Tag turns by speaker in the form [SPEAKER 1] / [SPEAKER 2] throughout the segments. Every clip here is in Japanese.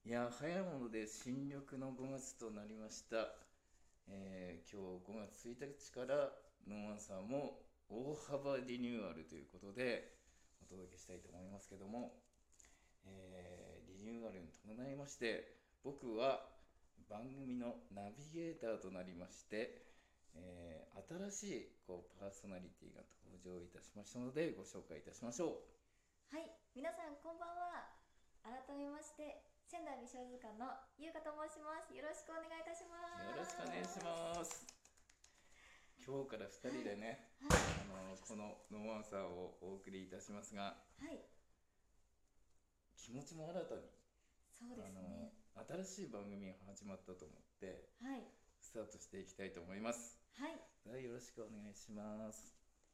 [SPEAKER 1] いや、早いもので新緑の5月となりました。今日5月1日からノンアンサーも大幅リニューアルということでお届けしたいと思いますけども、リニューアルに伴いまして僕は番組のナビゲーターとなりまして、新しいパーソナリティが登場いたしましたのでご紹介いたしましょ
[SPEAKER 2] はい、皆さんこんばんは。改めまして仙台美少女図鑑の優香と申します。よろしくお願いいたしま
[SPEAKER 1] う。よろしくお願いし
[SPEAKER 2] す。
[SPEAKER 1] ます。今日から2人でね、
[SPEAKER 2] はい、
[SPEAKER 1] このノーアンサーをお送りいたしますが、
[SPEAKER 2] はい、
[SPEAKER 1] 気持ちも新たに
[SPEAKER 2] そうですね。
[SPEAKER 1] 新しい番組が始まったと思って
[SPEAKER 2] はい、
[SPEAKER 1] スタートしていきたいと思います。
[SPEAKER 2] はい、
[SPEAKER 1] はい、よろしくお願いします。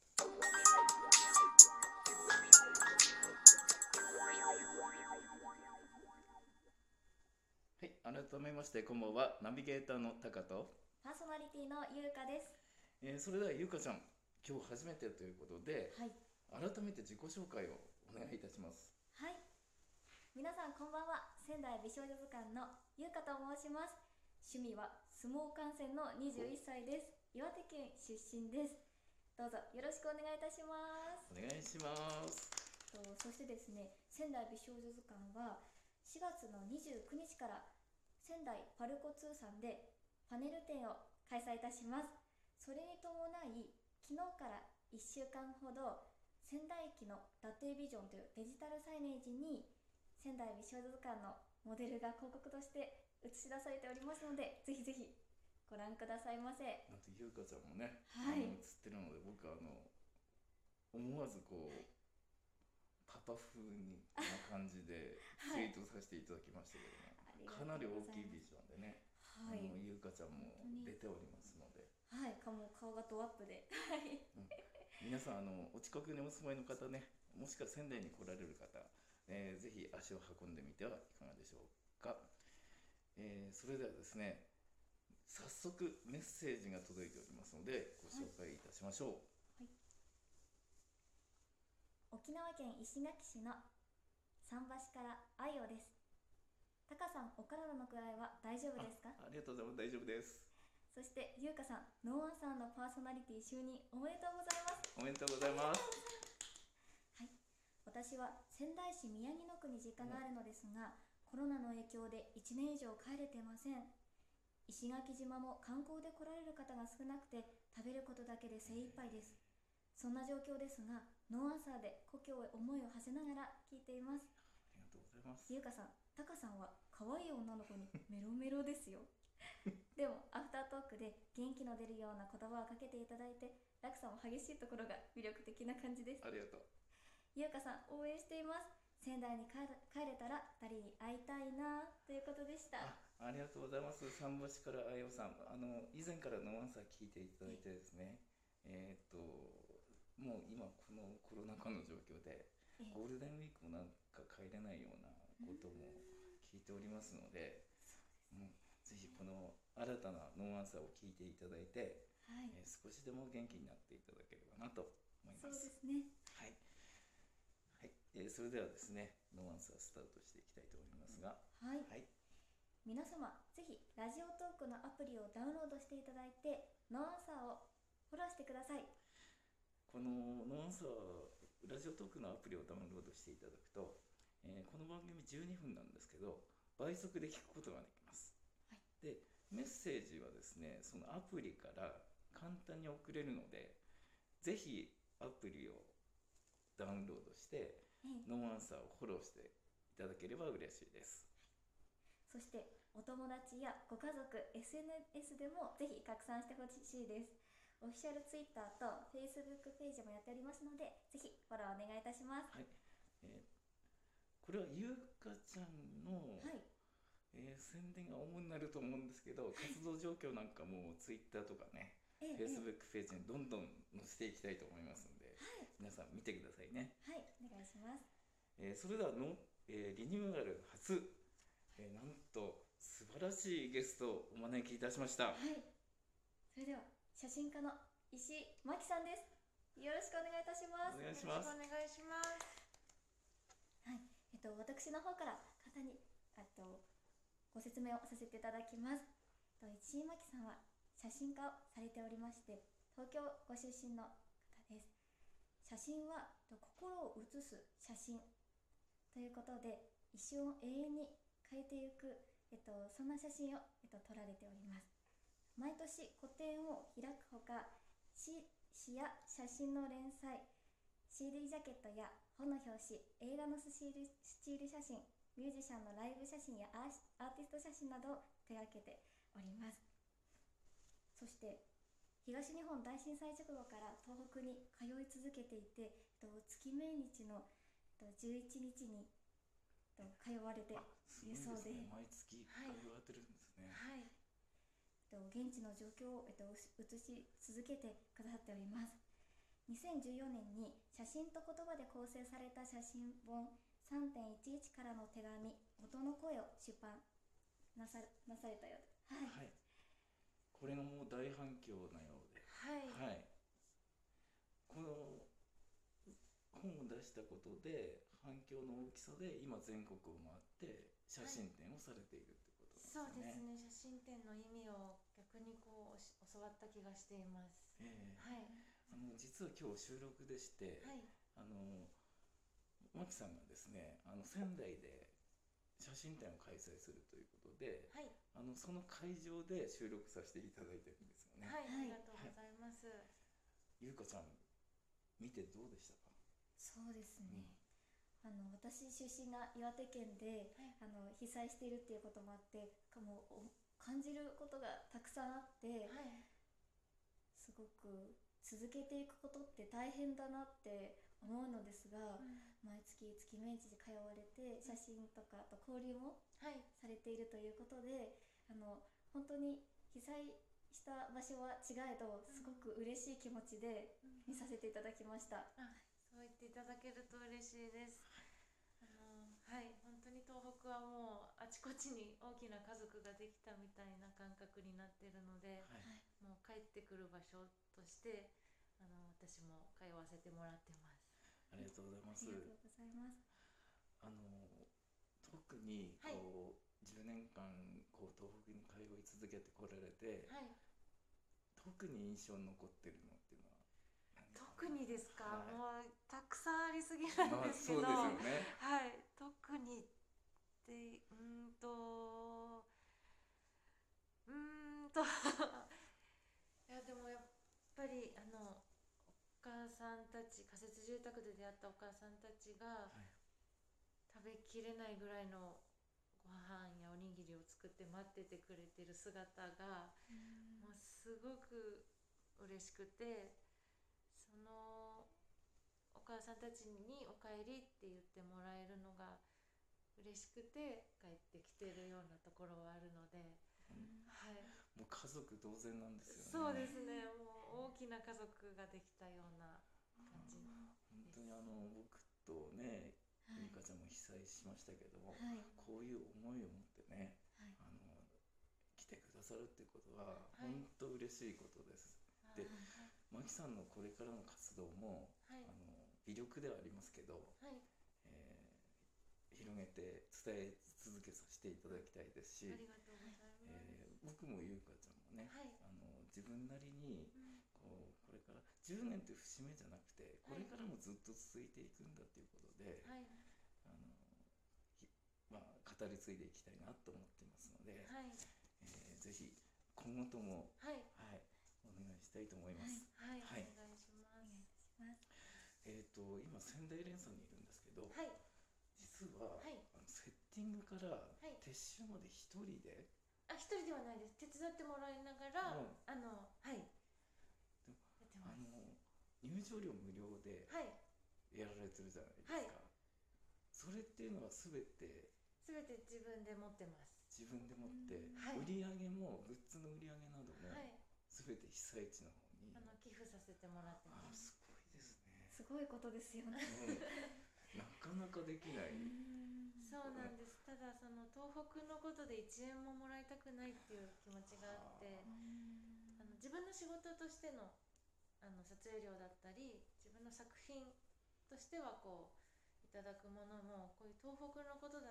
[SPEAKER 1] はい、改めましてこんばんは。ナビゲーターのタカと、
[SPEAKER 2] パーソナリティの優香です。
[SPEAKER 1] それではゆうかちゃん、今日初めてということで
[SPEAKER 2] はい、
[SPEAKER 1] 改めて自己紹介をお願いいたします。
[SPEAKER 2] はい、皆さんこんばんは。仙台美少女図鑑の優香と申します。趣味は相撲観戦の21歳です。岩手県出身です。どうぞよろしくお願いいたします。
[SPEAKER 1] お願いします。
[SPEAKER 2] そしてですね、仙台美少女図鑑は4月の29日から仙台パルコ通さんでパネル展を開催いたします。それに伴い昨日から1週間ほど仙台駅の伊達ビジョンというデジタルサイネージに仙台美少女図鑑のモデルが広告として映し出されておりますので、ぜひぜひご覧くださいませ。
[SPEAKER 1] なんとゆうかちゃんもね、
[SPEAKER 2] はい、
[SPEAKER 1] 映ってるので僕は思わずパパ風な感じでツイートさせていただきましたけども、かなり大きいビジョンでね、
[SPEAKER 2] はい、
[SPEAKER 1] ゆうかちゃんも出ておりますので、
[SPEAKER 2] はい、顔がドアップで、はい、
[SPEAKER 1] 皆さんお近くにお住まいの方ね、もしくは仙台に来られる方、ぜひ足を運んでみてはいかがでしょうか。それではですね、早速メッセージが届いておりますのでご紹介いたしましょう。
[SPEAKER 2] はい、沖縄県石垣市の桟橋からあいおです。タカさん、お体の具合は大丈夫ですか？
[SPEAKER 1] ありがとうございます。大丈夫です。
[SPEAKER 2] そして優香さん、ノーアンサーのパーソナリティ就任おめでとうございます。
[SPEAKER 1] おめでとうございます。
[SPEAKER 2] はい、私は仙台市宮城野区に実家があるのですが、コロナの影響で1年以上帰れてません。石垣島も観光で来られる方が少なくて食べることだけで精一杯です。そんな状況ですが、ノーアンサーで故郷へ思いを馳せながら聞いています。
[SPEAKER 1] ありがとうございます。
[SPEAKER 2] 優香さん、タカさんは可愛い女の子にメロメロですよ。でもアフタートークで元気の出るような言葉をかけていただいて、落差も激しいところが魅力的な感じです。
[SPEAKER 1] ありがとう。
[SPEAKER 2] 優香さん、応援しています。仙台に帰れたら2人に会いたいなということでした。
[SPEAKER 1] ありがとうございます。桟橋からあよさん、以前からノーアンサー聞いていただいてですね、もう今このコロナ禍の状況でゴールデンウィークもなんか帰れないようなことも聞いておりますので、ぜひこの新たなノーアンサーを聞いていただいて、
[SPEAKER 2] はい、
[SPEAKER 1] 少しでも元気になっていただければなと思います。
[SPEAKER 2] そうですね。
[SPEAKER 1] はい、はい、それではですね、ノーアンサースタートしていきたいと思いますが、
[SPEAKER 2] はい、
[SPEAKER 1] はい、
[SPEAKER 2] 皆様ぜひラジオトークのアプリをダウンロードしていただいて、ノーアンサーをフォローしてください。
[SPEAKER 1] このノーアンサーラジオトークのアプリをダウンロードしていただくと、この番組12分なんですけど倍速で聞くことができます。
[SPEAKER 2] はい、
[SPEAKER 1] でメッセージはですね、そのアプリから簡単に送れるので、ぜひアプリをダウンロードしてノーアンサーをフォローしていただければ嬉しいです。
[SPEAKER 2] そしてお友達やご家族 SNS でもぜひ拡散してほしいです。オフィシャルツイッターと Facebook ページもやっておりますので、ぜひフォローお願いいたします。
[SPEAKER 1] はい、これはゆうかちゃんの、
[SPEAKER 2] はい、
[SPEAKER 1] 宣伝が主になると思うんですけど、活動状況なんかも Twitter とかね、Facebook ページにどんどん載せていきたいと思いますので、皆さん見てくださいね。
[SPEAKER 2] はい、お願いします。
[SPEAKER 1] それではリニューアル初、なんと素晴らしいゲストをお招きいたしました。
[SPEAKER 2] はい、それでは写真家の石井真紀さんです。よろしくお願いいたします。
[SPEAKER 1] お願いします。
[SPEAKER 3] よろしくお願いします。
[SPEAKER 2] はい、私の方から簡単にご説明をさせていただきます。市井真紀さんは写真家をされておりまして、東京ご出身の方です。写真は心を写す写真ということで、一生を永遠に変えていく、そんな写真を、撮られております。毎年個展を開くほか、詩や写真の連載、CD ジャケットや本の表紙、映画のスチール写真、ミュージシャンのライブ写真やアーティスト写真などを手掛けております。そして東日本大震災直後から東北に通い続けていて、月命日の11日に通われているそうで、
[SPEAKER 1] 毎月通われてるんですね。
[SPEAKER 2] はい、現地の状況を写し続けてくださっております。2014年に写真と言葉で構成された写真本 3.11 からの手紙、音の声を出版なされたようです。はい、はい、
[SPEAKER 1] これがもう大反響なようで、
[SPEAKER 2] はい、
[SPEAKER 1] はい、この本を出したことで反響の大きさで今全国を回って写真展をされているってことですよね。
[SPEAKER 3] そうですね、写真展の意味を逆に教わった気がしています。はい、
[SPEAKER 1] 実は今日収録でして、
[SPEAKER 3] はい、
[SPEAKER 1] マキさんがですね、仙台で写真展を開催するということで、
[SPEAKER 3] はい、
[SPEAKER 1] その会場で収録させていただいてるんですよね。
[SPEAKER 3] はい、ありがとうございます。
[SPEAKER 1] ゆうかちゃん見てどうでしたか？
[SPEAKER 2] そうですね、私出身が岩手県で、はい、被災しているっていうこともあって、もう感じることがたくさんあって、はい、すごく続けていくことって大変だなって思うのですが、毎月月命日で通われて写真とかと交流もされているということで、本当に被災した場所は違えどすごく嬉しい気持ちで見させていただきました。
[SPEAKER 3] そう言っていただけると嬉しいです。はい、本当に東北はもうあちこちに大きな家族ができたみたいな感覚になっているので、はい、もう帰ってくる場所として私も通わせてもらってます。
[SPEAKER 1] ありがとうございます。
[SPEAKER 2] ありがとうございます。
[SPEAKER 1] 特にこう、はい、10年間こう東北に通い続けてこられて、はい、特に印象に残ってるのっていうのは
[SPEAKER 3] 特にですか？はい、もうたくさんありすぎなんですけど、
[SPEAKER 1] そうですよね。
[SPEAKER 3] はい、特にっていやでもやっぱりお母さんたち、仮設住宅で出会ったお母さんたちが、はい、食べきれないぐらいのご飯やおにぎりを作って待っててくれてる姿がもうすごく嬉しくて、そのお母さんたちにおかえりって言ってもらえるのが嬉しくて帰ってきてるようなところはあるので、はい、
[SPEAKER 1] もう家族同然なんですよね。
[SPEAKER 3] そうですね、もう大きな家族ができたような感じです。
[SPEAKER 1] 本当に僕とね、ゆいかちゃんも被災しましたけども、
[SPEAKER 2] はい、
[SPEAKER 1] こういう思いを持ってね、はい、来てくださるっていうことは本当嬉しいことです。で、マキさんのこれからの活動も、はい、微力ではありますけど、はい、広げて伝え続けさせていただきたいですし、
[SPEAKER 3] ありがとうございます。
[SPEAKER 1] 僕もゆうかちゃんもね、はい、自分なりにこれから10年という節目じゃなくて、これからもずっと続いていくんだということで、はい、語り継いでいきたいなと思ってますので、はい、ぜひ今後とも、はい、はい、お願いしたいと思います。
[SPEAKER 3] はい、はい、お願いします。
[SPEAKER 1] 今仙台連鎖にいるんですけど、
[SPEAKER 3] はい、
[SPEAKER 1] 実は、はい、セッティングから撤収まで一人で、
[SPEAKER 3] 一人ではないです。手伝ってもらいながら、はい、やってます。
[SPEAKER 1] 入場料無料でやられてるじゃないですか。はい、それっていうのは全て
[SPEAKER 3] 自分で持ってます。
[SPEAKER 1] 自分で持って、はい、売り上げもグッズの売り上げなども、はい、全て被災地の方に
[SPEAKER 3] 寄付させてもらってます。
[SPEAKER 1] すごいですね。
[SPEAKER 2] すごいことですよね。
[SPEAKER 1] なかなかできない。
[SPEAKER 3] そうなんです。ただその東北のことで1円ももらいたくないっていう気持ちがあって、自分の仕事としての撮影料だったり、自分の作品としてはこういただくものも、こういう東北のことだったり支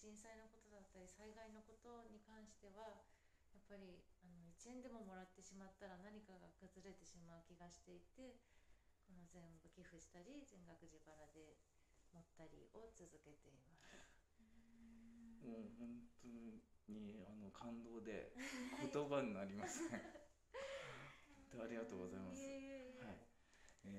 [SPEAKER 3] 震災のことだったり災害のことに関してはやっぱり1円でももらってしまったら何かが崩れてしまう気がしていて、この全部寄付したり全額自腹で持ったりを続けています。
[SPEAKER 1] もう本当に感動で言葉になりません。本当ありがとうございます。はい。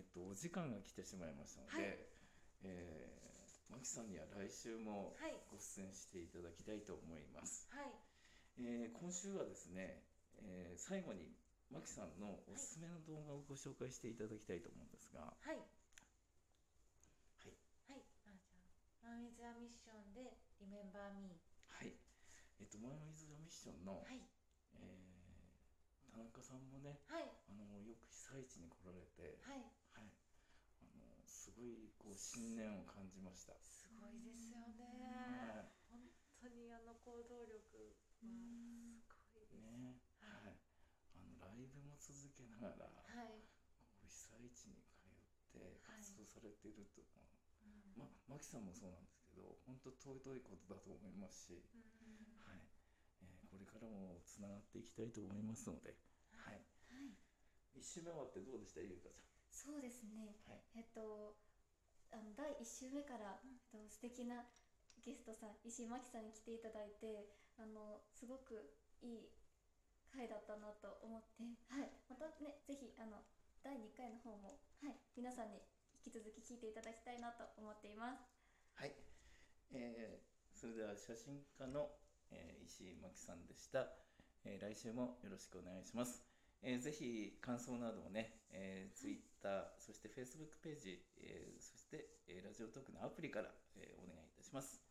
[SPEAKER 1] お時間が来てしまいましたので、マキさんには来週もご出演していただきたいと思います。
[SPEAKER 3] はい。
[SPEAKER 1] 今週はですね、最後にマキさんのおすすめの動画をご紹介していただきたいと思うんですが、
[SPEAKER 3] はい。はい。はい。じゃあマンウィズ・ア・ミッションで Remember Me。
[SPEAKER 1] はい。マンウィズ・ア・ミッションの、
[SPEAKER 3] はい。
[SPEAKER 1] 田中さんもね、
[SPEAKER 3] はい。
[SPEAKER 1] よく被災地に来られて、
[SPEAKER 3] はい。
[SPEAKER 1] はい。すごいこう信念を感じました。
[SPEAKER 3] すごいですよね。
[SPEAKER 1] はい。
[SPEAKER 3] 本当に行動力はすごいです。
[SPEAKER 1] ね。はい。ライブも続けながら、
[SPEAKER 3] はい。
[SPEAKER 1] 被災地に通って活動されていると、
[SPEAKER 3] うん、
[SPEAKER 1] マキさんもそうなんですけど、本当尊いことだと思いますし、はい。これからもつながっていきたいと思いますので、はい。1週目終わってどうでした、ゆうかちゃん。
[SPEAKER 2] そうですね、
[SPEAKER 1] はい。
[SPEAKER 2] 第1週目から、素敵なゲストさん、石井真紀さんに来ていただいて、すごくいい回だったなと思って、はい、またね、ぜひ第2回の方も、はい、皆さんに引き続き聞いていただきたいなと思っています。
[SPEAKER 1] はい。それでは写真家の、石井真紀さんでした。来週もよろしくお願いします。ぜひ感想などをね、Twitter、そして Facebook ページ、そして、ラジオトークのアプリから、お願いいたします。